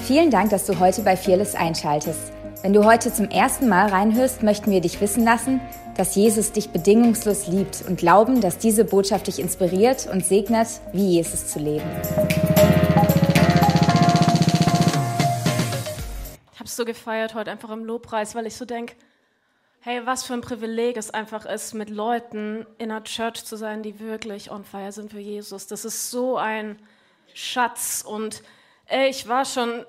Vielen Dank, dass du heute bei Fearless einschaltest. Wenn du heute zum ersten Mal reinhörst, möchten wir dich wissen lassen, dass Jesus dich bedingungslos liebt und glauben, dass diese Botschaft dich inspiriert und segnet, wie Jesus zu leben. Ich habe es so gefeiert heute einfach im Lobpreis, weil ich so denke, hey, was für ein Privileg es einfach ist, mit Leuten in einer Church zu sein, die wirklich on fire sind für Jesus. Das ist so ein Schatz und ich war schon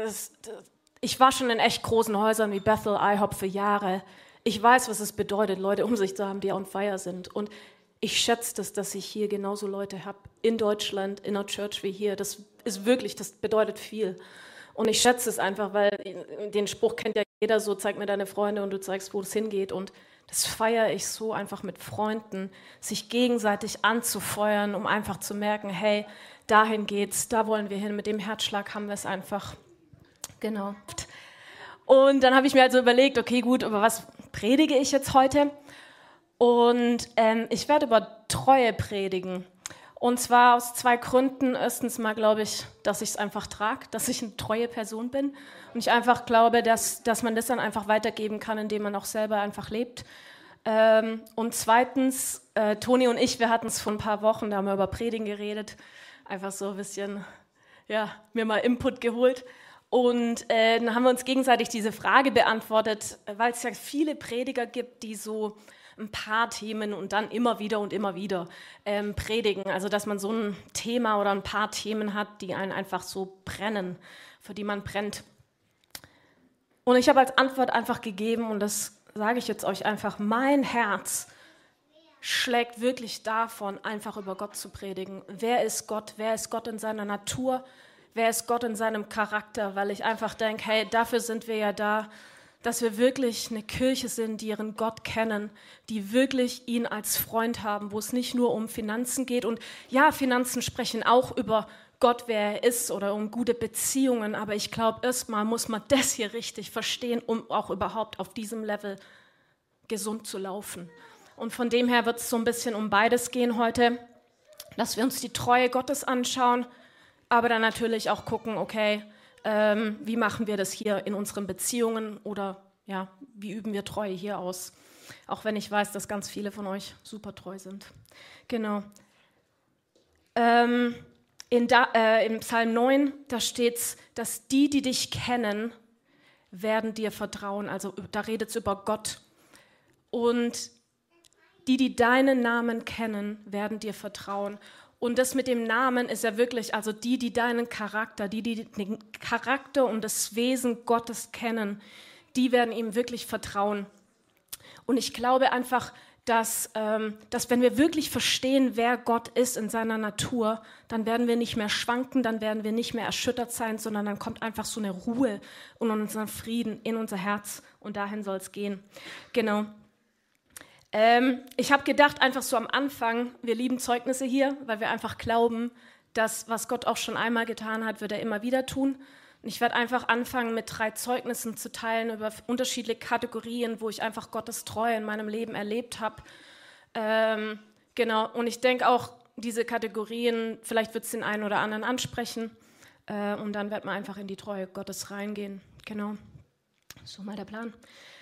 in echt großen Häusern wie Bethel, IHOP für Jahre. Ich weiß, was es bedeutet, Leute um sich zu haben, die on fire sind. Und ich schätze das, dass ich hier genauso Leute habe in Deutschland, in einer Church wie hier. Das ist wirklich, das bedeutet viel. Und ich schätze es einfach, weil den Spruch kennt ja jeder so, zeig mir deine Freunde und du zeigst, wo es hingeht. Und das feiere ich so einfach mit Freunden, sich gegenseitig anzufeuern, um einfach zu merken, hey, dahin geht's, da wollen wir hin, mit dem Herzschlag haben wir es einfach. Genau. Und dann habe ich mir also überlegt, okay, gut, über was predige ich jetzt heute? Und ich werde über Treue predigen. Und zwar aus 2 Gründen. Erstens mal glaube ich, dass ich es einfach trage, dass ich eine treue Person bin. Und ich einfach glaube, dass man das dann einfach weitergeben kann, indem man auch selber einfach lebt. Und zweitens, Toni und ich, wir hatten es vor ein paar Wochen, da haben wir über Predigen geredet. Einfach so ein bisschen, ja, mir mal Input geholt. Und dann haben wir uns gegenseitig diese Frage beantwortet, weil es ja viele Prediger gibt, die so ein paar Themen und dann immer wieder predigen. Also dass man so ein Thema oder ein paar Themen hat, die einen einfach so brennen, für die man brennt. Und ich habe als Antwort einfach gegeben, und das sage ich jetzt euch einfach, mein Herz schlägt wirklich davon, einfach über Gott zu predigen. Wer ist Gott? Wer ist Gott in seiner Natur? Wer ist Gott in seinem Charakter? Weil ich einfach denke, hey, dafür sind wir ja da, dass wir wirklich eine Kirche sind, die ihren Gott kennen, die wirklich ihn als Freund haben, wo es nicht nur um Finanzen geht. Und ja, Finanzen sprechen auch über Gott, wer er ist, oder um gute Beziehungen. Aber ich glaube, erstmal muss man das hier richtig verstehen, um auch überhaupt auf diesem Level gesund zu laufen. Und von dem her wird es so ein bisschen um beides gehen heute, dass wir uns die Treue Gottes anschauen, aber dann natürlich auch gucken, okay, wie machen wir das hier in unseren Beziehungen oder ja, wie üben wir Treue hier aus? Auch wenn ich weiß, dass ganz viele von euch super treu sind. Genau. Im Psalm 9, da steht es, dass die dich kennen, werden dir vertrauen. Also da redet es über Gott. Und die deinen Namen kennen, werden dir vertrauen. Und das mit dem Namen ist ja wirklich, also die deinen Charakter, die den Charakter und das Wesen Gottes kennen, die werden ihm wirklich vertrauen. Und ich glaube einfach, dass wenn wir wirklich verstehen, wer Gott ist in seiner Natur, dann werden wir nicht mehr schwanken, dann werden wir nicht mehr erschüttert sein, sondern dann kommt einfach so eine Ruhe und unser Frieden in unser Herz, und dahin soll es gehen. Genau. Ich habe gedacht, einfach so am Anfang, wir lieben Zeugnisse hier, weil wir einfach glauben, dass was Gott auch schon einmal getan hat, wird er immer wieder tun. Und ich werde einfach anfangen, mit 3 Zeugnissen zu teilen über unterschiedliche Kategorien, wo ich einfach Gottes Treue in meinem Leben erlebt habe. Genau, und ich denke auch, diese Kategorien, vielleicht wird es den einen oder anderen ansprechen, und dann wird man einfach in die Treue Gottes reingehen. Genau, so mal der Plan.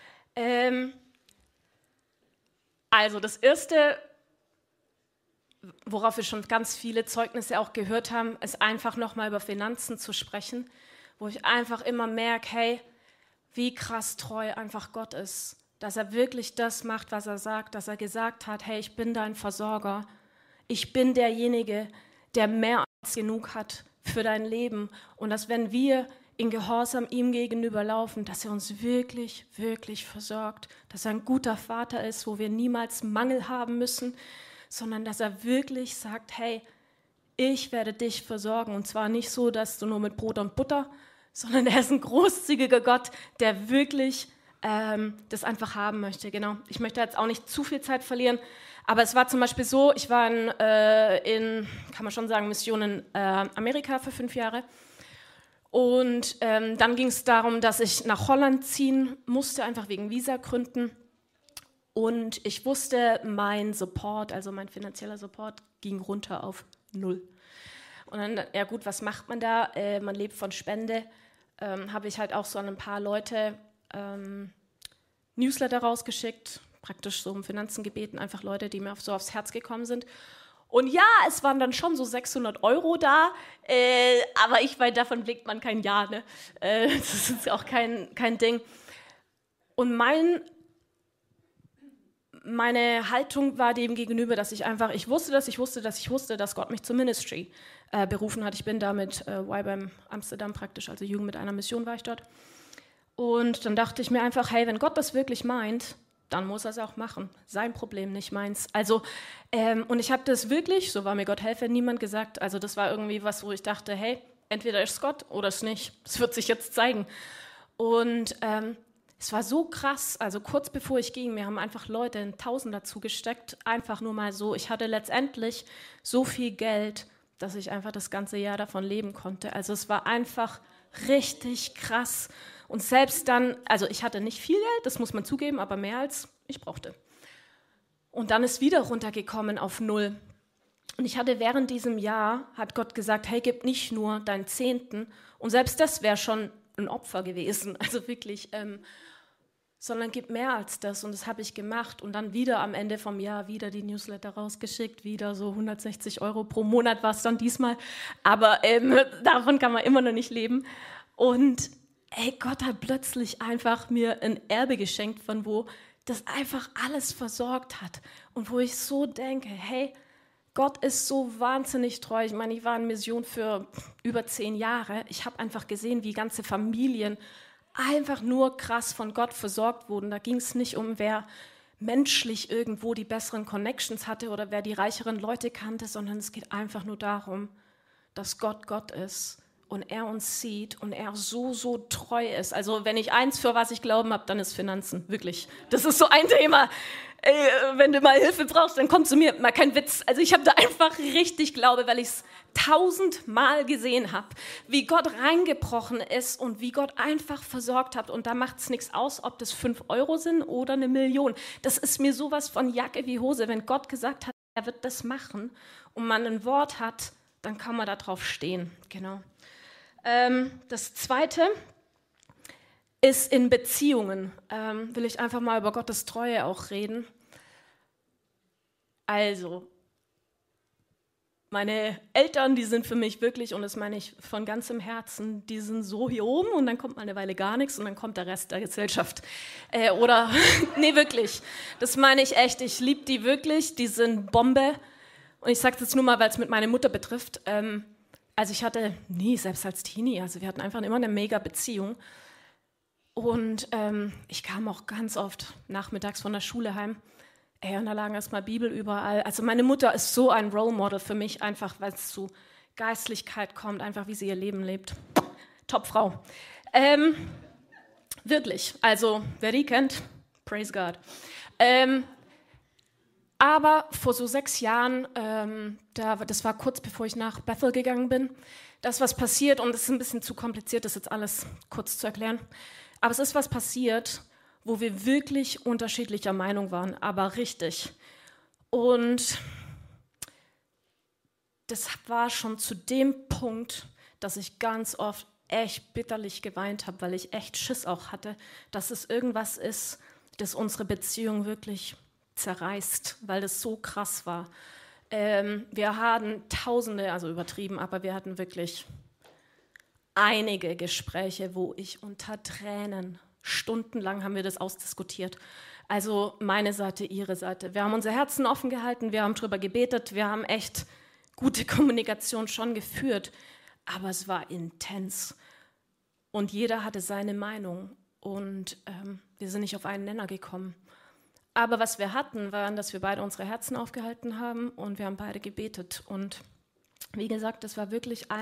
Also das Erste, worauf wir schon ganz viele Zeugnisse auch gehört haben, ist einfach nochmal über Finanzen zu sprechen, wo ich einfach immer merke, hey, wie krass treu einfach Gott ist, dass er wirklich das macht, was er sagt, dass er gesagt hat, hey, ich bin dein Versorger, ich bin derjenige, der mehr als genug hat für dein Leben, und dass wenn wir in Gehorsam ihm gegenüber laufen, dass er uns wirklich, wirklich versorgt, dass er ein guter Vater ist, wo wir niemals Mangel haben müssen, sondern dass er wirklich sagt, hey, ich werde dich versorgen, und zwar nicht so, dass du nur mit Brot und Butter, sondern er ist ein großzügiger Gott, der wirklich das einfach haben möchte. Genau. Ich möchte jetzt auch nicht zu viel Zeit verlieren, aber es war zum Beispiel so, ich war in kann man schon sagen, Mission in Amerika für 5 Jahre. Und dann ging es darum, dass ich nach Holland ziehen musste, einfach wegen Visagründen. Und ich wusste, mein Support, also mein finanzieller Support, ging runter auf 0. Und dann, ja gut, was macht man da? Man lebt von Spende. habe ich halt auch so an ein paar Leute Newsletter rausgeschickt, praktisch so um Finanzen gebeten, einfach Leute, die mir so aufs Herz gekommen sind. Und ja, es waren dann schon so 600 € da, aber ich meine, davon blickt man kein Jahr, ne? Das ist auch kein Ding. Und meine Haltung war dem gegenüber, dass ich wusste, dass Gott mich zur Ministry berufen hat. Ich bin da mit YBAM Amsterdam praktisch, also Jugend mit einer Mission war ich dort. Und dann dachte ich mir einfach, hey, wenn Gott das wirklich meint, dann muss er es auch machen. Sein Problem, nicht meins. Also, und ich habe das wirklich, so war mir Gott helfe, niemand gesagt. Also das war irgendwie was, wo ich dachte, hey, entweder ist es Gott oder es nicht. Das wird sich jetzt zeigen. Und es war so krass, also kurz bevor ich ging, mir haben einfach Leute in Tausender zugesteckt, einfach nur mal so. Ich hatte letztendlich so viel Geld, dass ich einfach das ganze Jahr davon leben konnte. Also es war einfach richtig krass. Und selbst dann, also ich hatte nicht viel Geld, das muss man zugeben, aber mehr als ich brauchte. Und dann ist wieder runtergekommen auf 0. Und ich hatte während diesem Jahr, hat Gott gesagt, hey, gib nicht nur deinen Zehnten. Und selbst das wäre schon ein Opfer gewesen, also wirklich, sondern gib mehr als das. Und das habe ich gemacht. Und dann wieder am Ende vom Jahr wieder die Newsletter rausgeschickt, wieder so 160 € pro Monat war es dann diesmal. Aber davon kann man immer noch nicht leben. Und hey, Gott hat plötzlich einfach mir ein Erbe geschenkt, von wo das einfach alles versorgt hat. Und wo ich so denke, hey, Gott ist so wahnsinnig treu. Ich meine, ich war in Mission für über 10 Jahre. Ich habe einfach gesehen, wie ganze Familien einfach nur krass von Gott versorgt wurden. Da ging es nicht um, wer menschlich irgendwo die besseren Connections hatte oder wer die reicheren Leute kannte, sondern es geht einfach nur darum, dass Gott Gott ist und er uns sieht und er so treu ist. Also wenn ich eins, für was ich glauben habe, dann ist Finanzen, wirklich. Das ist so ein Thema. Wenn du mal Hilfe brauchst, dann komm zu mir, mal kein Witz. Also ich habe da einfach richtig Glaube, weil ich es 1000-mal gesehen habe, wie Gott reingebrochen ist und wie Gott einfach versorgt hat. Und da macht es nichts aus, ob das 5 € sind oder 1 Million. Das ist mir sowas von Jacke wie Hose. Wenn Gott gesagt hat, er wird das machen und man ein Wort hat, dann kann man da drauf stehen. Genau. Das Zweite ist in Beziehungen. Will ich einfach mal über Gottes Treue auch reden. Also, meine Eltern, die sind für mich wirklich, und das meine ich von ganzem Herzen, die sind so hier oben und dann kommt mal eine Weile gar nichts und dann kommt der Rest der Gesellschaft. Nee, wirklich. Das meine ich echt. Ich liebe die wirklich, die sind Bombe. Und ich sage das nur mal, weil es mit meiner Mutter betrifft. Also ich hatte nie, selbst als Teenie, also wir hatten einfach immer eine mega Beziehung. Und ich kam auch ganz oft nachmittags von der Schule heim. Und da lagen erstmal Bibel überall. Also meine Mutter ist so ein Role Model für mich, einfach weil es zu Geistlichkeit kommt, einfach wie sie ihr Leben lebt. Top-Frau. Wirklich, also wer die kennt, praise God. Aber vor so 6 Jahren, das war kurz bevor ich nach Bethel gegangen bin, da ist was passiert und es ist ein bisschen zu kompliziert, das jetzt alles kurz zu erklären. Aber es ist was passiert, wo wir wirklich unterschiedlicher Meinung waren, aber richtig. Und das war schon zu dem Punkt, dass ich ganz oft echt bitterlich geweint habe, weil ich echt Schiss auch hatte, dass es irgendwas ist, das unsere Beziehung wirklich zerreißt, weil das so krass war. Wir hatten Tausende, also übertrieben, aber wir hatten wirklich einige Gespräche, wo ich unter Tränen, stundenlang haben wir das ausdiskutiert. Also meine Seite, ihre Seite. Wir haben unser Herzen offen gehalten, wir haben drüber gebetet, wir haben echt gute Kommunikation schon geführt, aber es war intens. Und jeder hatte seine Meinung und wir sind nicht auf einen Nenner gekommen. Aber was wir hatten, war, dass wir beide unsere Herzen aufgehalten haben und wir haben beide gebetet. Und wie gesagt, das war wirklich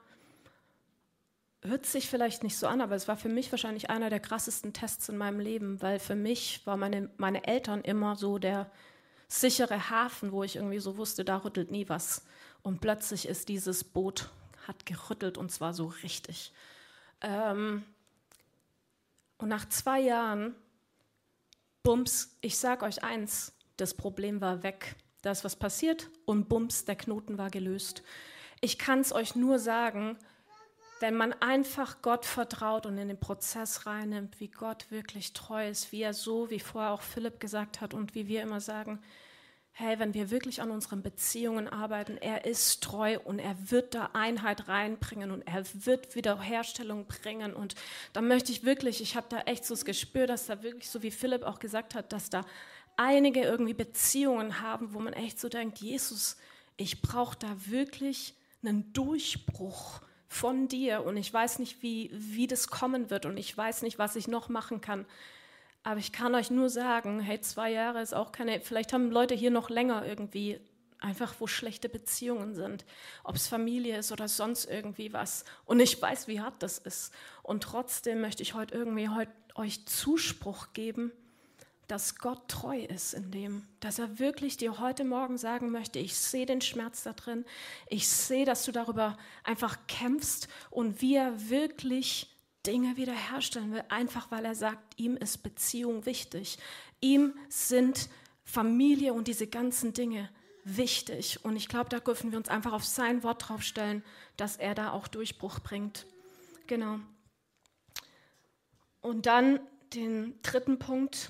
hört sich vielleicht nicht so an, aber es war für mich wahrscheinlich einer der krassesten Tests in meinem Leben, weil für mich war meine Eltern immer so der sichere Hafen, wo ich irgendwie so wusste, da rüttelt nie was. Und plötzlich ist dieses Boot, hat gerüttelt und zwar so richtig. Und nach 2 Jahren, bums, ich sag euch eins, das Problem war weg. Da ist was passiert und bums, der Knoten war gelöst. Ich kann es euch nur sagen, Wenn man einfach Gott vertraut und in den Prozess reinnimmt, wie Gott wirklich treu ist, wie er so, wie vorher auch Philipp gesagt hat und wie wir immer sagen, hey, wenn wir wirklich an unseren Beziehungen arbeiten, er ist treu und er wird da Einheit reinbringen und er wird Wiederherstellung bringen. Und da möchte ich wirklich, ich habe da echt so das Gespür, dass da wirklich, so wie Philipp auch gesagt hat, dass da einige irgendwie Beziehungen haben, wo man echt so denkt, Jesus, ich brauche da wirklich einen Durchbruch von dir und ich weiß nicht, wie das kommen wird und ich weiß nicht, was ich noch machen kann. Aber ich kann euch nur sagen, hey, 2 Jahre ist auch keine, vielleicht haben Leute hier noch länger irgendwie, einfach wo schlechte Beziehungen sind, ob es Familie ist oder sonst irgendwie was. Und ich weiß, wie hart das ist. Und trotzdem möchte ich heute euch Zuspruch geben, dass Gott treu ist in dem, dass er wirklich dir heute Morgen sagen möchte, ich sehe den Schmerz da drin, ich sehe, dass du darüber einfach kämpfst und wie er wirklich Dinge wiederherstellen will, einfach weil er sagt, ihm ist Beziehung wichtig. Ihm sind Familie und diese ganzen Dinge wichtig. Und ich glaube, da dürfen wir uns einfach auf sein Wort draufstellen, dass er da auch Durchbruch bringt. Genau. Und dann den 3. Punkt,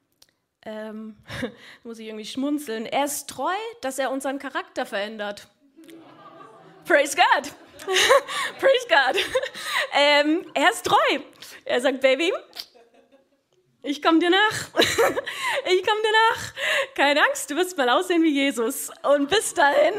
muss ich irgendwie schmunzeln. Er ist treu, dass er unseren Charakter verändert. Praise God. Praise God. Er ist treu. Er sagt, Baby, ich komme dir nach. Ich komme dir nach. Keine Angst, du wirst mal aussehen wie Jesus. Und bis dahin.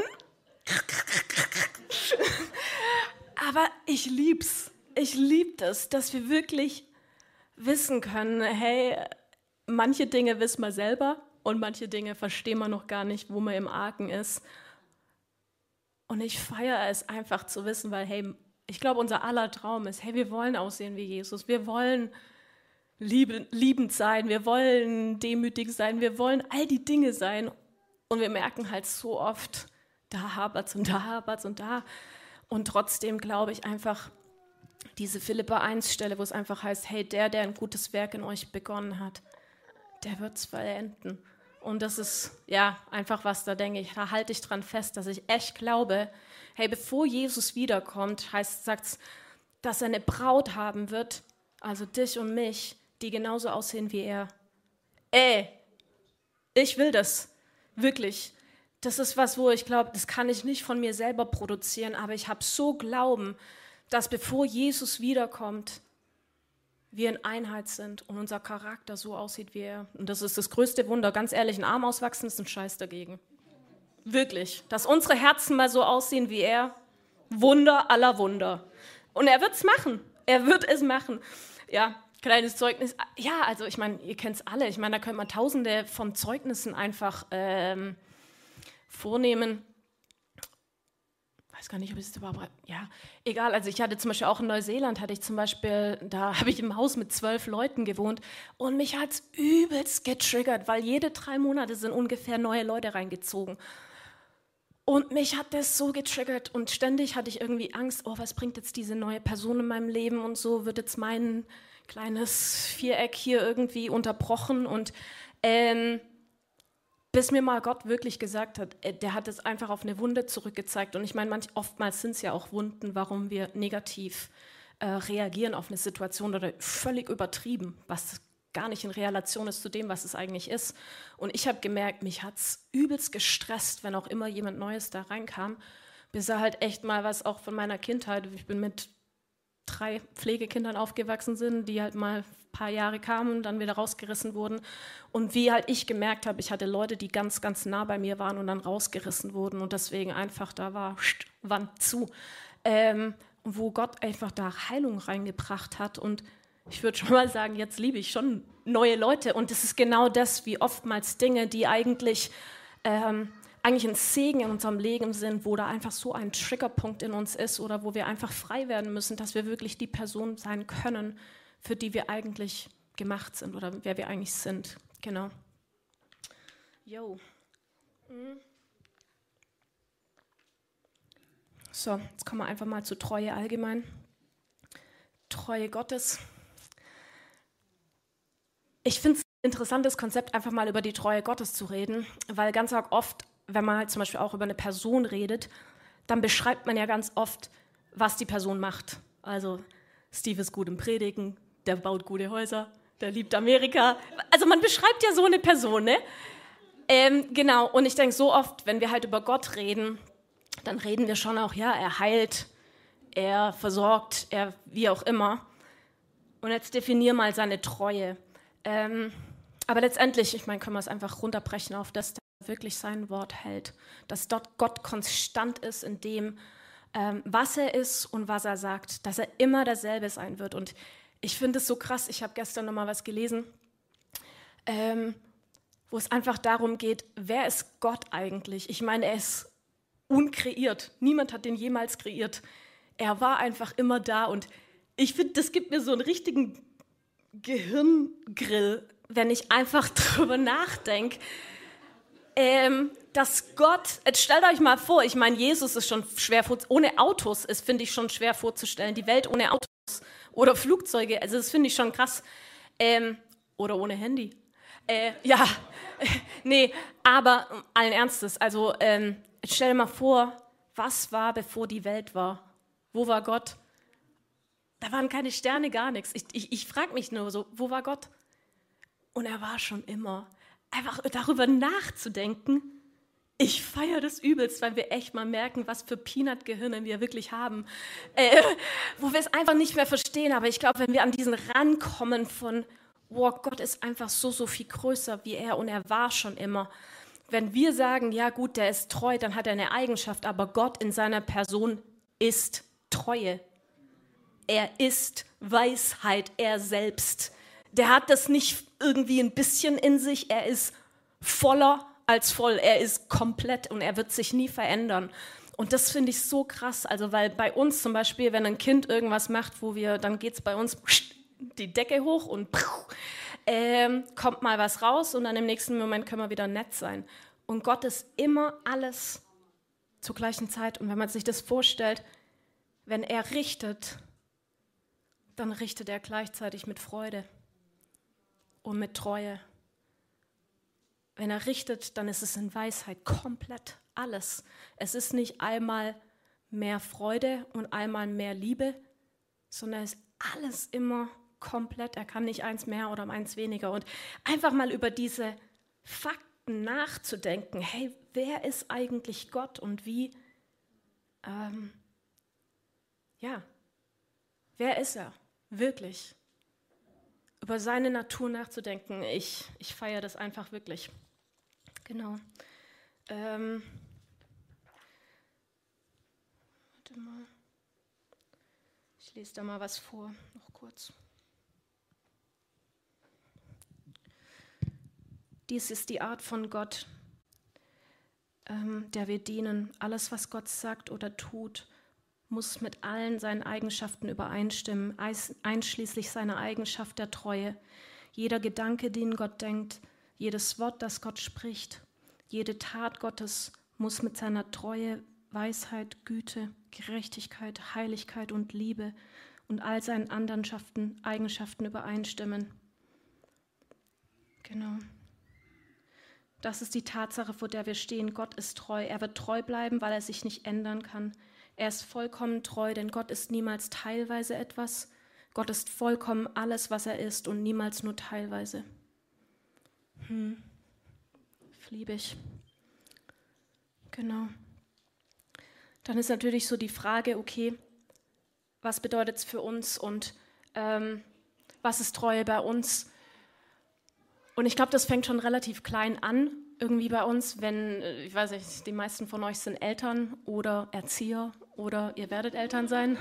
Aber ich lieb's. Ich liebe das, dass wir wirklich wissen können, hey, manche Dinge wissen wir selber und manche Dinge verstehen wir noch gar nicht, wo man im Argen ist. Und ich feiere es einfach zu wissen, weil, hey, ich glaube, unser aller Traum ist, hey, wir wollen aussehen wie Jesus, wir wollen liebend sein, wir wollen demütig sein, wir wollen all die Dinge sein. Und wir merken halt so oft, da hapert's und da hapert's und da. Und trotzdem glaube ich einfach, diese Philipper 1 Stelle, wo es einfach heißt, hey, der ein gutes Werk in euch begonnen hat, der wird es vollenden. Und das ist ja einfach was, da denke ich, da halte ich dran fest, dass ich echt glaube, hey, bevor Jesus wiederkommt, sagt es, dass er eine Braut haben wird, also dich und mich, die genauso aussehen wie er. Ich will das, wirklich. Das ist was, wo ich glaube, das kann ich nicht von mir selber produzieren, aber ich habe so Glauben, dass bevor Jesus wiederkommt, wir in Einheit sind und unser Charakter so aussieht wie er. Und das ist das größte Wunder. Ganz ehrlich, ein Arm auswachsen ist ein Scheiß dagegen. Wirklich. Dass unsere Herzen mal so aussehen wie er. Wunder aller Wunder. Und er wird es machen. Er wird es machen. Ja, kleines Zeugnis. Ja, also ich meine, ihr kennt es alle. Ich meine, da könnte man tausende von Zeugnissen einfach vornehmen. Ich weiß gar nicht, ob ich es überhaupt... Ja, egal. Also ich hatte zum Beispiel auch in Neuseeland, da habe ich im Haus mit 12 Leuten gewohnt und mich hat es übelst getriggert, weil jede 3 Monate sind ungefähr neue Leute reingezogen. Und mich hat das so getriggert und ständig hatte ich irgendwie Angst, oh, was bringt jetzt diese neue Person in meinem Leben und so, wird jetzt mein kleines Viereck hier irgendwie unterbrochen und bis mir mal Gott wirklich gesagt hat, der hat es einfach auf eine Wunde zurückgezeigt. Und ich meine, oftmals sind es ja auch Wunden, warum wir negativ reagieren auf eine Situation oder völlig übertrieben, was gar nicht in Relation ist zu dem, was es eigentlich ist. Und ich habe gemerkt, mich hat es übelst gestresst, wenn auch immer jemand Neues da reinkam, bis er halt echt mal was auch von meiner Kindheit, ich bin mit 3 Pflegekindern aufgewachsen sind, die halt mal ein paar Jahre kamen und dann wieder rausgerissen wurden. Und wie halt ich gemerkt habe, ich hatte Leute, die ganz, ganz nah bei mir waren und dann rausgerissen wurden und deswegen einfach da war Wand zu. Wo Gott einfach da Heilung reingebracht hat und ich würde schon mal sagen, jetzt liebe ich schon neue Leute und das ist genau das, wie oftmals Dinge, die eigentlich ein Segen in unserem Leben sind, wo da einfach so ein Triggerpunkt in uns ist oder wo wir einfach frei werden müssen, dass wir wirklich die Person sein können, für die wir eigentlich gemacht sind oder wer wir eigentlich sind. Genau. Jo. So, jetzt kommen wir einfach mal zu Treue allgemein. Treue Gottes. Ich finde es ein interessantes Konzept, einfach mal über die Treue Gottes zu reden, weil ganz oft, wenn man halt zum Beispiel auch über eine Person redet, dann beschreibt man ja ganz oft, was die Person macht. Also Steve ist gut im Predigen, der baut gute Häuser, der liebt Amerika. Also man beschreibt ja so eine Person, ne? Genau, und ich denke so oft, wenn wir halt über Gott reden, dann reden wir schon auch, ja, er heilt, er versorgt, er wie auch immer. Und jetzt definier mal seine Treue. Aber letztendlich, ich meine, können wir es einfach runterbrechen auf das, dass er wirklich sein Wort hält. Dass dort Gott konstant ist in dem, was er ist und was er sagt. Dass er immer derselbe sein wird. Und ich finde es so krass, ich habe gestern noch mal was gelesen, wo es einfach darum geht, wer ist Gott eigentlich? Ich meine, er ist unkreiert. Niemand hat den jemals kreiert. Er war einfach immer da und ich finde, das gibt mir so einen richtigen Gehirngrill, wenn ich einfach drüber nachdenke, dass Gott, jetzt stellt euch mal vor, ich meine, Jesus ist schon schwer, ohne Autos ist, finde ich schon schwer vorzustellen, die Welt ohne Autos oder Flugzeuge, also das finde ich schon krass, oder ohne Handy. Ja, nee, aber allen Ernstes, also jetzt stell dir mal vor, was war, bevor die Welt war? Wo war Gott? Da waren keine Sterne, gar nichts. Ich frage mich nur so, wo war Gott? Und er war schon immer. Einfach darüber nachzudenken, ich feiere das übelst, weil wir echt mal merken, was für Peanut-Gehirne wir wirklich haben. Wo wir es einfach nicht mehr verstehen. Aber ich glaube, wenn wir an diesen rankommen von, wow, Gott ist einfach so, so viel größer wie er und er war schon immer. Wenn wir sagen, ja gut, der ist treu, dann hat er eine Eigenschaft, aber Gott in seiner Person ist Treue. Er ist Weisheit, er selbst. Der hat das nicht irgendwie ein bisschen in sich, er ist voller als voll, er ist komplett und er wird sich nie verändern. Und das finde ich so krass, also weil bei uns zum Beispiel, wenn ein Kind irgendwas macht, dann geht es bei uns die Decke hoch und kommt mal was raus und dann im nächsten Moment können wir wieder nett sein. Und Gott ist immer alles zur gleichen Zeit. Und wenn man sich das vorstellt, wenn er richtet, dann richtet er gleichzeitig mit Freude und mit Treue. Wenn er richtet, dann ist es in Weisheit komplett alles. Es ist nicht einmal mehr Freude und einmal mehr Liebe, sondern es ist alles immer komplett. Er kann nicht eins mehr oder eins weniger. Und einfach mal über diese Fakten nachzudenken. Hey, wer ist eigentlich Gott und wie, wer ist er wirklich? Über seine Natur nachzudenken, ich feiere das einfach wirklich. Genau. Warte mal. Ich lese da mal was vor, noch kurz. Dies ist die Art von Gott, der wir dienen. Alles, was Gott sagt oder tut, muss mit allen seinen Eigenschaften übereinstimmen, einschließlich seiner Eigenschaft der Treue. Jeder Gedanke, den Gott denkt, jedes Wort, das Gott spricht, jede Tat Gottes muss mit seiner Treue, Weisheit, Güte, Gerechtigkeit, Heiligkeit und Liebe und all seinen anderen Eigenschaften übereinstimmen. Genau. Das ist die Tatsache, vor der wir stehen. Gott ist treu. Er wird treu bleiben, weil er sich nicht ändern kann. Er ist vollkommen treu, denn Gott ist niemals teilweise etwas. Gott ist vollkommen alles, was er ist und niemals nur teilweise. Liebe ich. Genau. Dann ist natürlich so die Frage, okay, was bedeutet es für uns und was ist Treue bei uns? Und ich glaube, das fängt schon relativ klein an, irgendwie bei uns, wenn, ich weiß nicht, die meisten von euch sind Eltern oder Erzieher oder ihr werdet Eltern sein.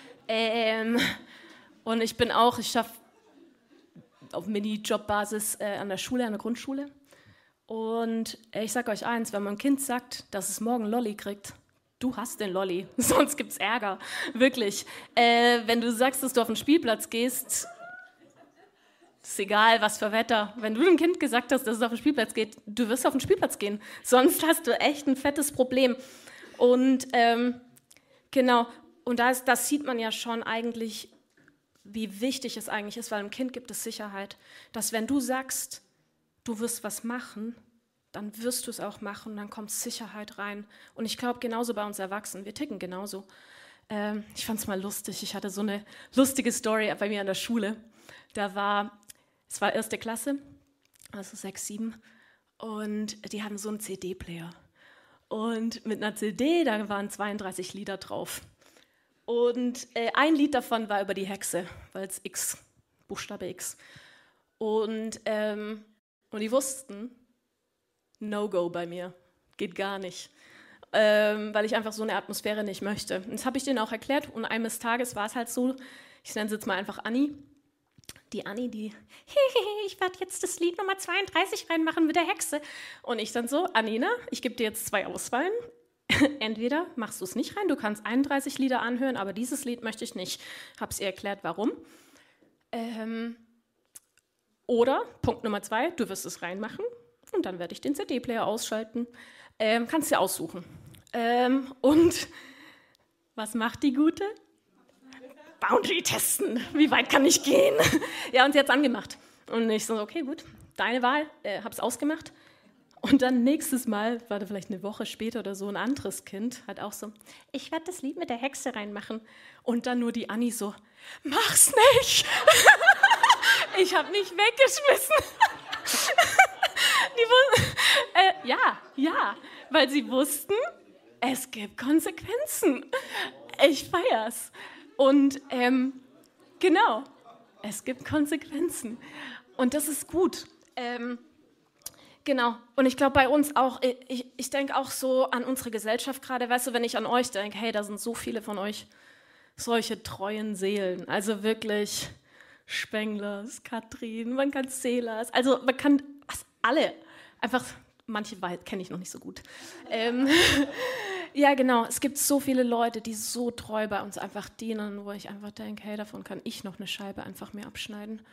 Und ich schaffe auf Minijob-Basis an der Schule, an der Grundschule. Und ich sage euch eins, wenn man ein Kind sagt, dass es morgen Lolli kriegt, du hast den Lolli, sonst gibt es Ärger, wirklich. Wenn du sagst, dass du auf den Spielplatz gehst, ist egal, was für Wetter. Wenn du dem Kind gesagt hast, dass es auf den Spielplatz geht, du wirst auf den Spielplatz gehen. Sonst hast du echt ein fettes Problem. Und genau, und das sieht man ja schon eigentlich, wie wichtig es eigentlich ist, weil einem Kind gibt es Sicherheit, dass wenn du sagst, du wirst was machen, dann wirst du es auch machen, dann kommt Sicherheit rein. Und ich glaube, genauso bei uns Erwachsenen, wir ticken genauso. Ich fand es mal lustig. Ich hatte so eine lustige Story bei mir an der Schule. Es war erste Klasse, also 6, 7, und die hatten so einen CD-Player. Und mit einer CD, da waren 32 Lieder drauf. Und ein Lied davon war über die Hexe, weil es X, Buchstabe X. Und die wussten, No-Go bei mir, geht gar nicht. Weil ich einfach so eine Atmosphäre nicht möchte. Und das habe ich denen auch erklärt und eines Tages war es halt so, ich nenne sie jetzt mal einfach Anni. Die Anni, ich werde jetzt das Lied Nummer 32 reinmachen mit der Hexe. Und ich dann so, Anina, ich gebe dir jetzt 2 Auswahlen. Entweder machst du es nicht rein, du kannst 31 Lieder anhören, aber dieses Lied möchte ich nicht. Habe es ihr erklärt, warum. Oder, Punkt Nummer 2, du wirst es reinmachen und dann werde ich den CD-Player ausschalten. Kannst du aussuchen. Und was macht die Gute? Boundary testen. Wie weit kann ich gehen? Ja, und sie hat es angemacht. Und ich so, okay, gut, deine Wahl, hab's ausgemacht. Und dann nächstes Mal, war da vielleicht eine Woche später oder so, ein anderes Kind, hat auch so, ich werde das Lied mit der Hexe reinmachen. Und dann nur die Anni so, mach's nicht! Ich habe mich weggeschmissen. Ja, weil sie wussten, es gibt Konsequenzen. Ich feier's. Und genau, es gibt Konsequenzen. Und das ist gut. Genau. Und ich glaube bei uns auch, ich denke auch so an unsere Gesellschaft gerade, weißt du, wenn ich an euch denke, hey, da sind so viele von euch solche treuen Seelen. Also wirklich Spenglers, Katrin, man kann Selas, also man kann alle, einfach manche kenne ich noch nicht so gut. Ja, genau, es gibt so viele Leute, die so treu bei uns einfach dienen, wo ich einfach denke, hey, davon kann ich noch eine Scheibe einfach mir abschneiden.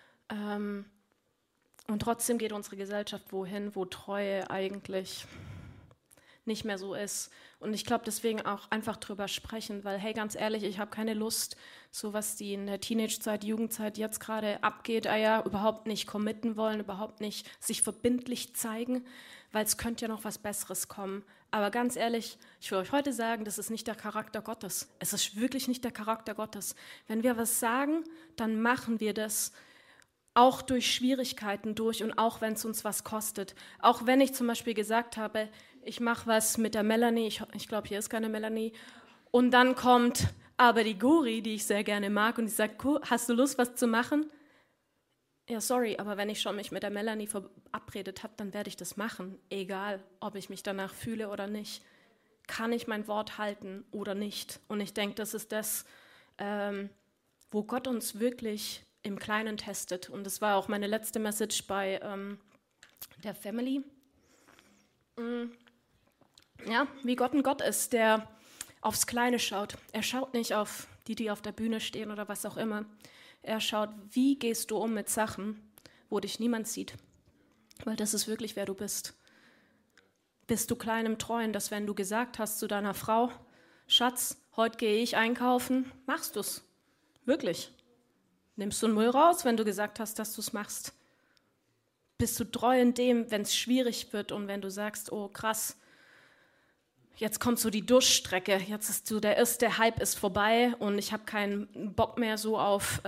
Und trotzdem geht unsere Gesellschaft wohin, wo Treue eigentlich nicht mehr so ist. Und ich glaube, deswegen auch einfach drüber sprechen, weil, hey, ganz ehrlich, ich habe keine Lust, so was die in der Teenagezeit, Jugendzeit jetzt gerade abgeht, überhaupt nicht committen wollen, überhaupt nicht sich verbindlich zeigen, weil es könnte ja noch was Besseres kommen. Aber ganz ehrlich, ich will euch heute sagen, das ist nicht der Charakter Gottes. Es ist wirklich nicht der Charakter Gottes. Wenn wir was sagen, dann machen wir das auch durch Schwierigkeiten durch und auch wenn es uns was kostet. Auch wenn ich zum Beispiel gesagt habe, ich mache was mit der Melanie, ich glaube, hier ist keine Melanie, und dann kommt aber die Gori, die ich sehr gerne mag, und die sagt, hast du Lust, was zu machen? Ja, sorry, aber wenn ich schon mich mit der Melanie verabredet habe, dann werde ich das machen, egal, ob ich mich danach fühle oder nicht. Kann ich mein Wort halten oder nicht? Und ich denke, das ist das, wo Gott uns wirklich im Kleinen testet. Und das war auch meine letzte Message bei der Family. Ja, wie Gott ein Gott ist, der aufs Kleine schaut. Er schaut nicht auf die auf der Bühne stehen oder was auch immer. Er schaut, wie gehst du um mit Sachen, wo dich niemand sieht. Weil das ist wirklich, wer du bist. Bist du klein im Treuen, dass wenn du gesagt hast zu deiner Frau, Schatz, heute gehe ich einkaufen, machst du's. Wirklich. Nimmst du den Müll raus, wenn du gesagt hast, dass du es machst? Bist du treu in dem, wenn es schwierig wird und wenn du sagst, oh krass, jetzt kommt so die Durchstrecke, jetzt ist so der erste Hype ist vorbei und ich habe keinen Bock mehr so auf,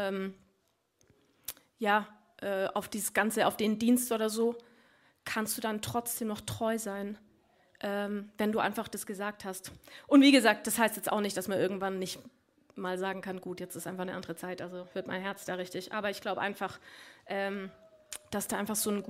auf dieses Ganze, auf den Dienst oder so, kannst du dann trotzdem noch treu sein, wenn du einfach das gesagt hast. Und wie gesagt, das heißt jetzt auch nicht, dass man irgendwann nicht mal sagen kann, gut, jetzt ist einfach eine andere Zeit, also wird mein Herz da richtig. Aber ich glaube einfach, dass da einfach so eine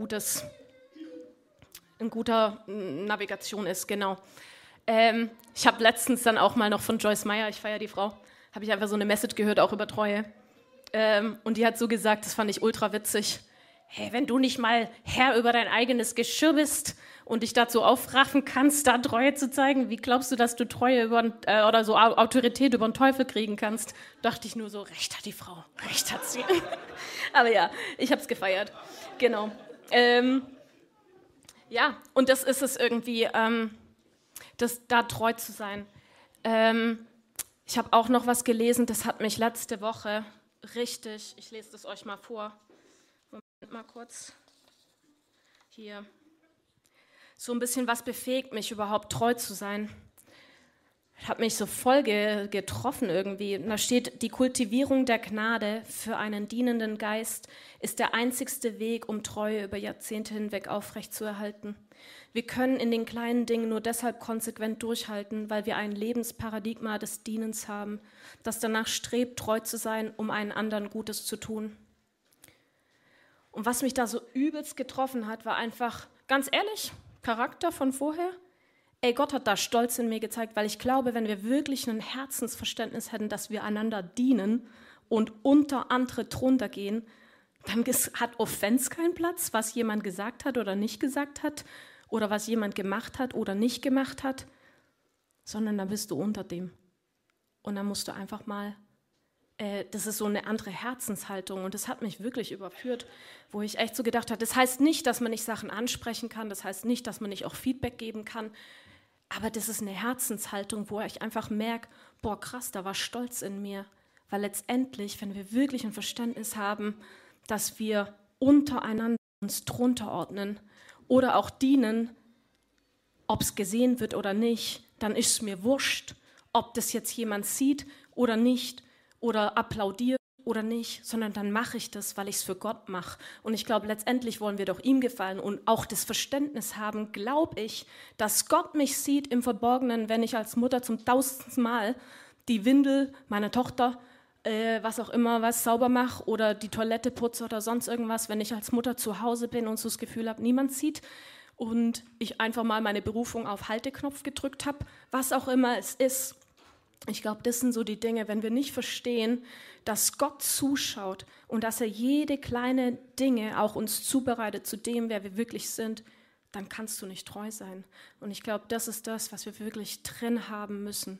guter Navigation ist, genau. Ich habe letztens dann auch mal noch von Joyce Meyer, ich feiere die Frau, habe ich einfach so eine Message gehört, auch über Treue. Und die hat so gesagt, das fand ich ultra witzig, hey, wenn du nicht mal Herr über dein eigenes Geschirr bist und dich dazu aufraffen kannst, da Treue zu zeigen, wie glaubst du, dass du Treue oder so Autorität über den Teufel kriegen kannst? Dachte ich nur so, recht hat die Frau, recht hat sie. Aber ja, ich habe es gefeiert, genau. Ja, und das ist es irgendwie, da treu zu sein. Ich habe auch noch was gelesen, das hat mich letzte Woche richtig, ich lese das euch mal vor. Moment mal kurz. Hier. So ein bisschen, was befähigt mich überhaupt treu zu sein. hat mich so voll getroffen irgendwie. Und da steht, die Kultivierung der Gnade für einen dienenden Geist ist der einzigste Weg, um Treue über Jahrzehnte hinweg aufrechtzuerhalten. Wir können in den kleinen Dingen nur deshalb konsequent durchhalten, weil wir ein Lebensparadigma des Dienens haben, das danach strebt, treu zu sein, um einen anderen Gutes zu tun. Und was mich da so übelst getroffen hat, war einfach, ganz ehrlich, Charakter von vorher. Ey, Gott hat da Stolz in mir gezeigt, weil ich glaube, wenn wir wirklich ein Herzensverständnis hätten, dass wir einander dienen und unter andere drunter gehen, dann hat Offense keinen Platz, was jemand gesagt hat oder nicht gesagt hat oder was jemand gemacht hat oder nicht gemacht hat, sondern dann bist du unter dem. Und dann musst du einfach mal, das ist so eine andere Herzenshaltung und das hat mich wirklich überführt, wo ich echt so gedacht habe, das heißt nicht, dass man nicht Sachen ansprechen kann, das heißt nicht, dass man nicht auch Feedback geben kann, aber das ist eine Herzenshaltung, wo ich einfach merke, boah krass, da war Stolz in mir, weil letztendlich, wenn wir wirklich ein Verständnis haben, dass wir untereinander uns drunter ordnen oder auch dienen, ob es gesehen wird oder nicht, dann ist es mir wurscht, ob das jetzt jemand sieht oder nicht oder applaudiert oder nicht, sondern dann mache ich das, weil ich es für Gott mache. Und ich glaube, letztendlich wollen wir doch ihm gefallen und auch das Verständnis haben, glaube ich, dass Gott mich sieht im Verborgenen, wenn ich als Mutter zum 1000. Mal die Windel meiner Tochter, was auch immer, was sauber mache oder die Toilette putze oder sonst irgendwas, wenn ich als Mutter zu Hause bin und so das Gefühl habe, niemand sieht und ich einfach mal meine Berufung auf Halteknopf gedrückt habe, was auch immer es ist. Ich glaube, das sind so die Dinge, wenn wir nicht verstehen, dass Gott zuschaut und dass er jede kleine Dinge auch uns zubereitet zu dem, wer wir wirklich sind, dann kannst du nicht treu sein. Und ich glaube, das ist das, was wir wirklich drin haben müssen.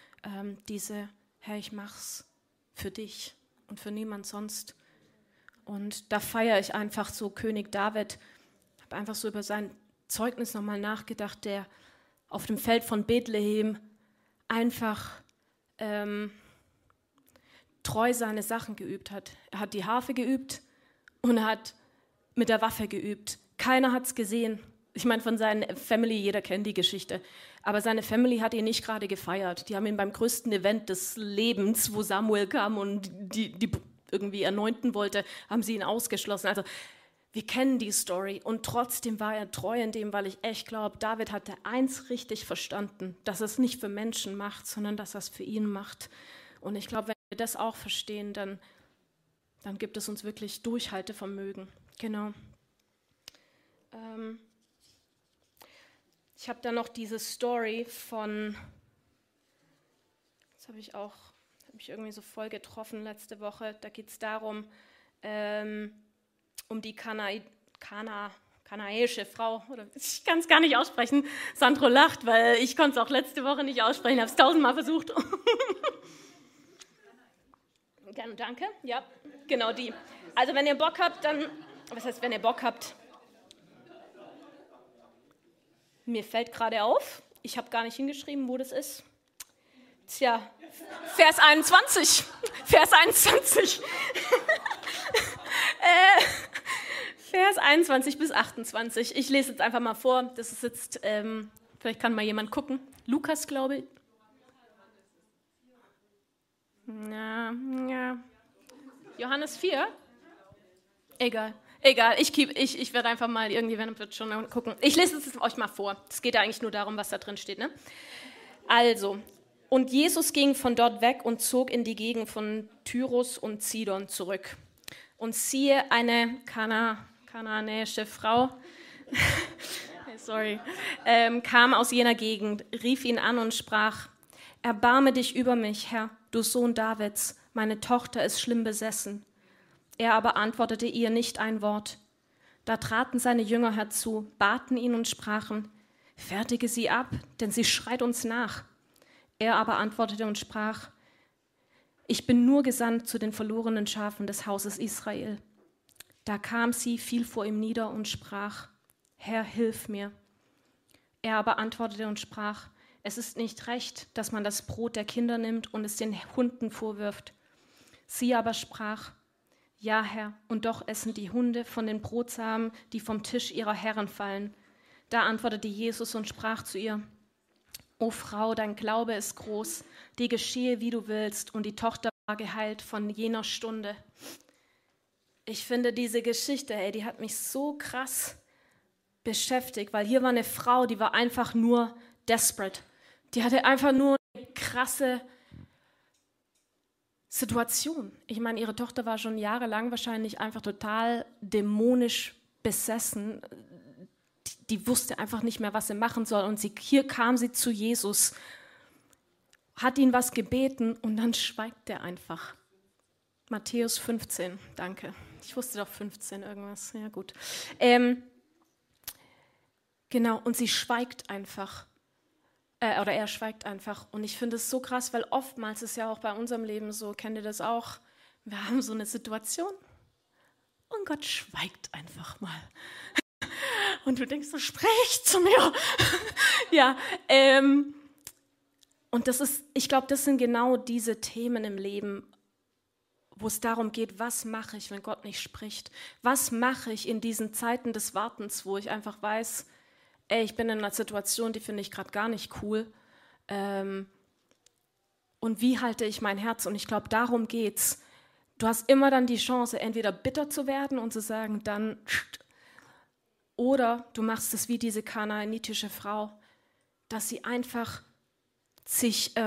Herr, ich mach's für dich und für niemand sonst. Und da feiere ich einfach so König David, habe einfach so über sein Zeugnis nochmal nachgedacht, der auf dem Feld von Bethlehem einfach treu seine Sachen geübt hat. Er hat die Harfe geübt und er hat mit der Waffe geübt. Keiner hat es gesehen. Ich meine, von seiner Family, jeder kennt die Geschichte. Aber seine Family hat ihn nicht gerade gefeiert. Die haben ihn beim größten Event des Lebens, wo Samuel kam und die irgendwie anointen wollte, haben sie ihn ausgeschlossen. Also wir kennen die Story und trotzdem war er treu in dem, weil ich echt glaube, David hatte eins richtig verstanden, dass er es nicht für Menschen macht, sondern dass er es für ihn macht. Und ich glaube, wenn wir das auch verstehen, dann gibt es uns wirklich Durchhaltevermögen. Genau. Ich habe da noch diese Story von, das habe ich mich irgendwie so voll getroffen letzte Woche, da geht es darum, um die kanaäische Frau, oder ich kann es gar nicht aussprechen, Sandro lacht, weil ich konnte es auch letzte Woche nicht aussprechen, habe es 1000-mal versucht. Danke, ja, genau die. Also wenn ihr Bock habt, dann, was heißt, wenn ihr Bock habt, mir fällt gerade auf, ich habe gar nicht hingeschrieben, wo das ist. Tja, Vers 21. Vers 21. Vers 21 bis 28. Ich lese jetzt einfach mal vor. Das ist jetzt, vielleicht kann mal jemand gucken. Lukas, glaube ich. Ja. Johannes 4? Egal, ich werde einfach mal, irgendjemand wird schon gucken. Ich lese es euch mal vor. Es geht ja eigentlich nur darum, was da drin steht. Ne? Also, und Jesus ging von dort weg und zog in die Gegend von Tyrus und Sidon zurück. Und siehe, eine kanaanäische Frau, kam aus jener Gegend, rief ihn an und sprach, erbarme dich über mich, Herr, du Sohn Davids, meine Tochter ist schlimm besessen. Er aber antwortete ihr nicht ein Wort. Da traten seine Jünger herzu, baten ihn und sprachen, fertige sie ab, denn sie schreit uns nach. Er aber antwortete und sprach, ich bin nur gesandt zu den verlorenen Schafen des Hauses Israel. Da kam sie, fiel vor ihm nieder und sprach, Herr, hilf mir. Er aber antwortete und sprach, es ist nicht recht, dass man das Brot der Kinder nimmt und es den Hunden vorwirft. Sie aber sprach, ja, Herr, und doch essen die Hunde von den Brotsamen, die vom Tisch ihrer Herren fallen. Da antwortete Jesus und sprach zu ihr, O Frau, dein Glaube ist groß, dir geschehe, wie du willst, und die Tochter war geheilt von jener Stunde. Ich finde diese Geschichte, die hat mich so krass beschäftigt, weil hier war eine Frau, die war einfach nur desperate. Die hatte einfach nur eine krasse Situation. Ich meine, ihre Tochter war schon jahrelang wahrscheinlich einfach total dämonisch besessen. Die wusste einfach nicht mehr, was sie machen soll. Und hier kam sie zu Jesus, hat ihn was gebeten und dann schweigt er einfach. Matthäus 15, danke. Ich wusste doch 15 irgendwas. Ja gut. Genau, und sie schweigt einfach. Oder er schweigt einfach. Und ich finde es so krass, weil oftmals ist ja auch bei unserem Leben so, kennt ihr das auch? Wir haben so eine Situation und Gott schweigt einfach mal. Und du denkst so, sprich zu mir. Ja, und ich glaube, das sind genau diese Themen im Leben, wo es darum geht, was mache ich, wenn Gott nicht spricht? Was mache ich in diesen Zeiten des Wartens, wo ich einfach weiß, ich bin in einer Situation, die finde ich gerade gar nicht cool. Und wie halte ich mein Herz? Und ich glaube, darum geht's. Du hast immer dann die Chance, entweder bitter zu werden und zu sagen, dann, oder du machst es wie diese kanaanitische Frau, dass sie einfach sich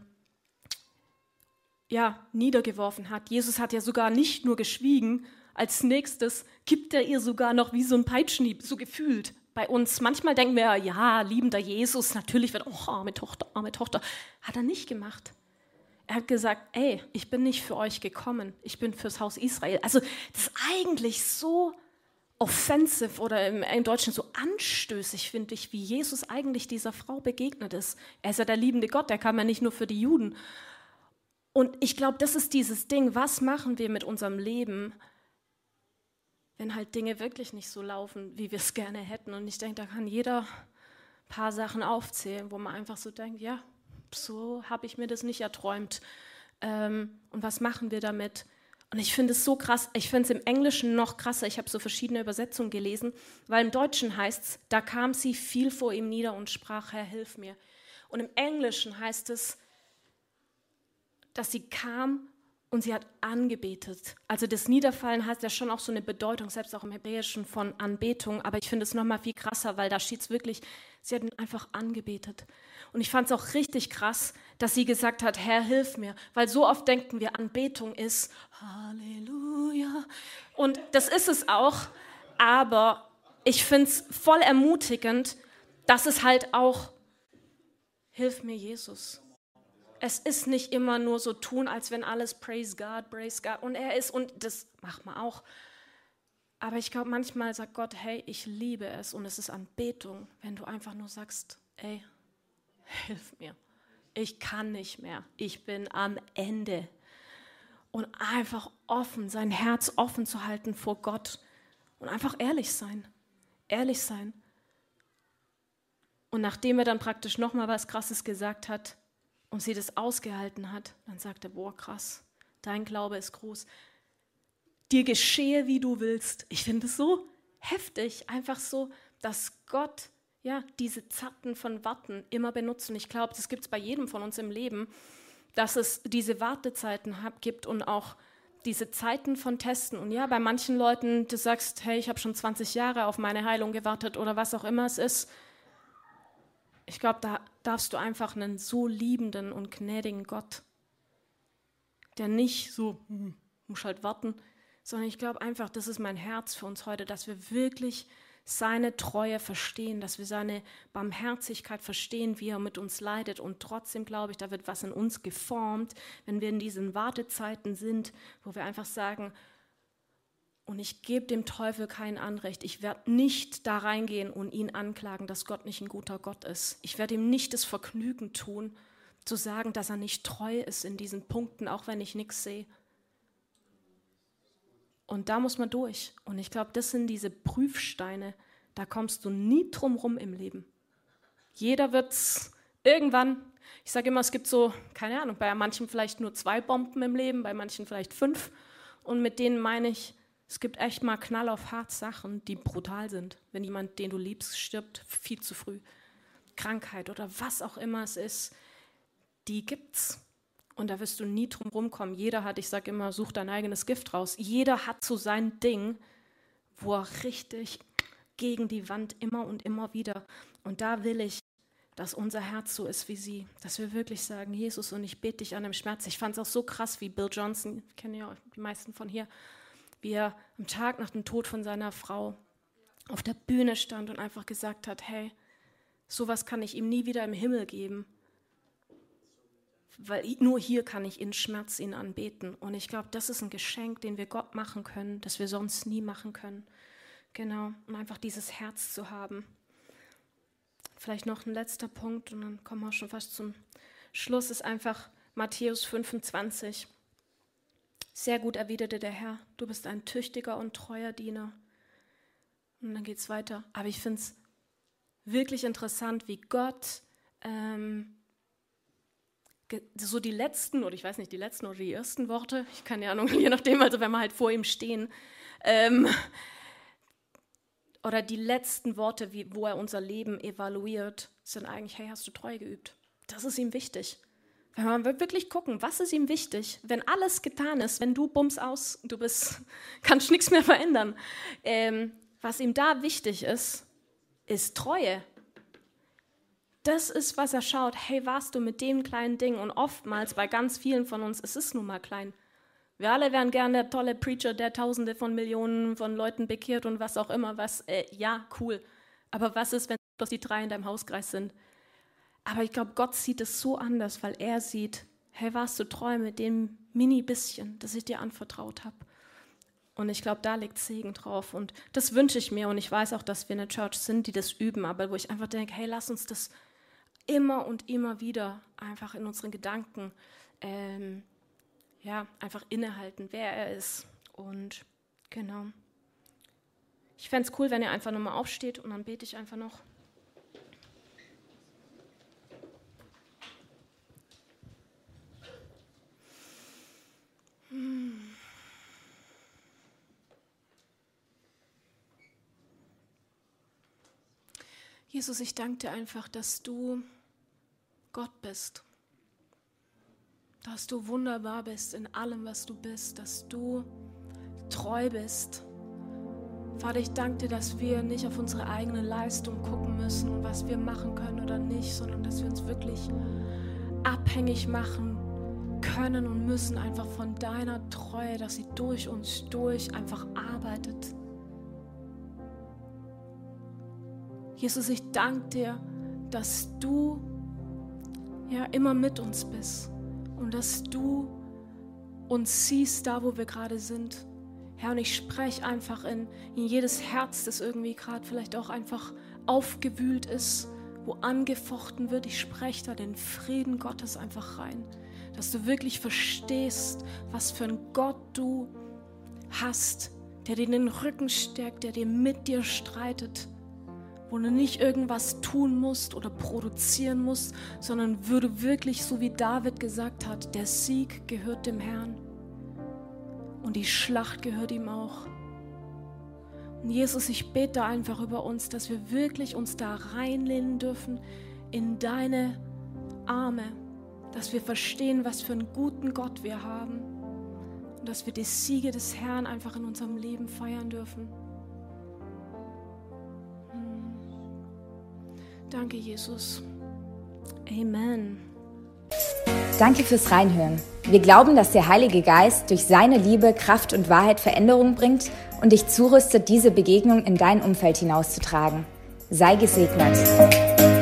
niedergeworfen hat. Jesus hat ja sogar nicht nur geschwiegen, als nächstes gibt er ihr sogar noch wie so ein Peitschenhieb, so gefühlt. Bei uns, manchmal denken wir, ja, liebender Jesus, natürlich wird, arme Tochter. Hat er nicht gemacht. Er hat gesagt, ich bin nicht für euch gekommen, ich bin fürs Haus Israel. Also das ist eigentlich so offensive oder im Deutschen so anstößig, finde ich, wie Jesus eigentlich dieser Frau begegnet ist. Er ist ja der liebende Gott, der kam ja nicht nur für die Juden. Und ich glaube, das ist dieses Ding, was machen wir mit unserem Leben, wenn halt Dinge wirklich nicht so laufen, wie wir es gerne hätten. Und ich denke, da kann jeder ein paar Sachen aufzählen, wo man einfach so denkt, ja, so habe ich mir das nicht erträumt. Und was machen wir damit? Und ich finde es so krass, ich finde es im Englischen noch krasser, ich habe so verschiedene Übersetzungen gelesen, weil im Deutschen heißt es, da kam sie, fiel vor ihm nieder und sprach, Herr, hilf mir. Und im Englischen heißt es, dass sie kam und sie hat angebetet. Also das Niederfallen hat ja schon auch so eine Bedeutung, selbst auch im Hebräischen von Anbetung, aber ich finde es nochmal viel krasser, weil da steht es wirklich, sie hat ihn einfach angebetet. Und ich fand es auch richtig krass, dass sie gesagt hat, Herr, hilf mir, weil so oft denken wir, Anbetung ist Halleluja. Und das ist es auch, aber ich finde es voll ermutigend, dass es halt auch, hilf mir Jesus. Es ist nicht immer nur so tun, als wenn alles praise God, und er ist, und das macht man auch. Aber ich glaube, manchmal sagt Gott, hey, ich liebe es und es ist Anbetung, wenn du einfach nur sagst, hilf mir, ich kann nicht mehr, ich bin am Ende. Und einfach offen, sein Herz offen zu halten vor Gott und einfach ehrlich sein. Und nachdem er dann praktisch nochmal was Krasses gesagt hat, und sie das ausgehalten hat, dann sagt er, boah, krass, dein Glaube ist groß. Dir geschehe, wie du willst. Ich finde es so heftig, einfach so, dass Gott diese Zacken von Warten immer benutzt. Und ich glaube, das gibt es bei jedem von uns im Leben, dass es diese Wartezeiten gibt und auch diese Zeiten von Testen. Und ja, bei manchen Leuten, du sagst, hey, ich habe schon 20 Jahre auf meine Heilung gewartet oder was auch immer es ist. Ich glaube, da darfst du einfach einen so liebenden und gnädigen Gott, der nicht so, muss halt warten, sondern ich glaube einfach, das ist mein Herz für uns heute, dass wir wirklich seine Treue verstehen, dass wir seine Barmherzigkeit verstehen, wie er mit uns leidet. Und trotzdem glaube ich, da wird was in uns geformt, wenn wir in diesen Wartezeiten sind, wo wir einfach sagen, und ich gebe dem Teufel kein Anrecht. Ich werde nicht da reingehen und ihn anklagen, dass Gott nicht ein guter Gott ist. Ich werde ihm nicht das Vergnügen tun, zu sagen, dass er nicht treu ist in diesen Punkten, auch wenn ich nichts sehe. Und da muss man durch. Und ich glaube, das sind diese Prüfsteine, da kommst du nie drum rum im Leben. Jeder wird's irgendwann, ich sage immer, es gibt so, keine Ahnung, bei manchen vielleicht nur 2 Bomben im Leben, bei manchen vielleicht 5. Und mit denen meine ich, es gibt echt mal Knall auf hart Sachen, die brutal sind. Wenn jemand, den du liebst, stirbt, viel zu früh. Krankheit oder was auch immer es ist, die gibt's. Und da wirst du nie drum rumkommen. Jeder hat, ich sage immer, such dein eigenes Gift raus. Jeder hat so sein Ding, wo er richtig gegen die Wand immer und immer wieder. Und da will ich, dass unser Herz so ist wie sie. Dass wir wirklich sagen, Jesus, und ich bete dich an dem Schmerz. Ich fand es auch so krass, wie Bill Johnson, kennen ja die meisten von hier, wie er am Tag nach dem Tod von seiner Frau auf der Bühne stand und einfach gesagt hat, hey, sowas kann ich ihm nie wieder im Himmel geben. Weil nur hier kann ich in Schmerz ihn anbeten. Und ich glaube, das ist ein Geschenk, den wir Gott machen können, das wir sonst nie machen können. Genau, um einfach dieses Herz zu haben. Vielleicht noch ein letzter Punkt und dann kommen wir auch schon fast zum Schluss, ist einfach Matthäus 25. Sehr gut erwiderte der Herr, du bist ein tüchtiger und treuer Diener. Und dann geht es weiter. Aber ich finde es wirklich interessant, wie Gott so die letzten, oder ich weiß nicht, die letzten oder die ersten Worte, ich keine Ahnung, je nachdem, also wenn wir halt vor ihm stehen, oder die letzten Worte, wo er unser Leben evaluiert, sind eigentlich, hey, hast du treu geübt? Das ist ihm wichtig. Wenn wir wirklich gucken, was ist ihm wichtig, wenn alles getan ist, wenn du bums aus, kannst nichts mehr verändern. Was ihm da wichtig ist Treue. Das ist, was er schaut. Hey, warst du mit dem kleinen Ding? Und oftmals bei ganz vielen von uns, es ist nun mal klein. Wir alle wären gern der tolle Preacher, der Tausende von Millionen von Leuten bekehrt und was auch immer. Ja, cool. Aber was ist, wenn bloß die 3 in deinem Hauskreis sind? Aber ich glaube, Gott sieht es so anders, weil er sieht, hey, warst du treu mit dem Mini-Bisschen, das ich dir anvertraut habe? Und ich glaube, da liegt Segen drauf. Und das wünsche ich mir. Und ich weiß auch, dass wir eine Church sind, die das üben. Aber wo ich einfach denke, hey, lass uns das immer und immer wieder einfach in unseren Gedanken einfach innehalten, wer er ist. Und genau. Ich fände es cool, wenn ihr einfach nochmal aufsteht und dann bete ich einfach noch. Jesus, ich danke dir einfach, dass du Gott bist, dass du wunderbar bist in allem, was du bist, dass du treu bist. Vater, ich danke dir, dass wir nicht auf unsere eigene Leistung gucken müssen, was wir machen können oder nicht, sondern dass wir uns wirklich abhängig machen können und müssen einfach von deiner Treue, dass sie durch uns einfach arbeitet. Jesus, ich danke dir, dass du immer mit uns bist und dass du uns siehst, da wo wir gerade sind. Herr, und ich spreche einfach in jedes Herz, das irgendwie gerade vielleicht auch einfach aufgewühlt ist, wo angefochten wird. Ich spreche da den Frieden Gottes einfach rein, dass du wirklich verstehst, was für ein Gott du hast, der dir den Rücken stärkt, der dir mit dir streitet, wo du nicht irgendwas tun musst oder produzieren musst, sondern wo du wirklich, so wie David gesagt hat, der Sieg gehört dem Herrn und die Schlacht gehört ihm auch. Und Jesus, ich bete einfach über uns, dass wir wirklich uns da reinlehnen dürfen in deine Arme, dass wir verstehen, was für einen guten Gott wir haben und dass wir die Siege des Herrn einfach in unserem Leben feiern dürfen. Danke, Jesus. Amen. Danke fürs Reinhören. Wir glauben, dass der Heilige Geist durch seine Liebe, Kraft und Wahrheit Veränderung bringt und dich zurüstet, diese Begegnung in dein Umfeld hinauszutragen. Sei gesegnet.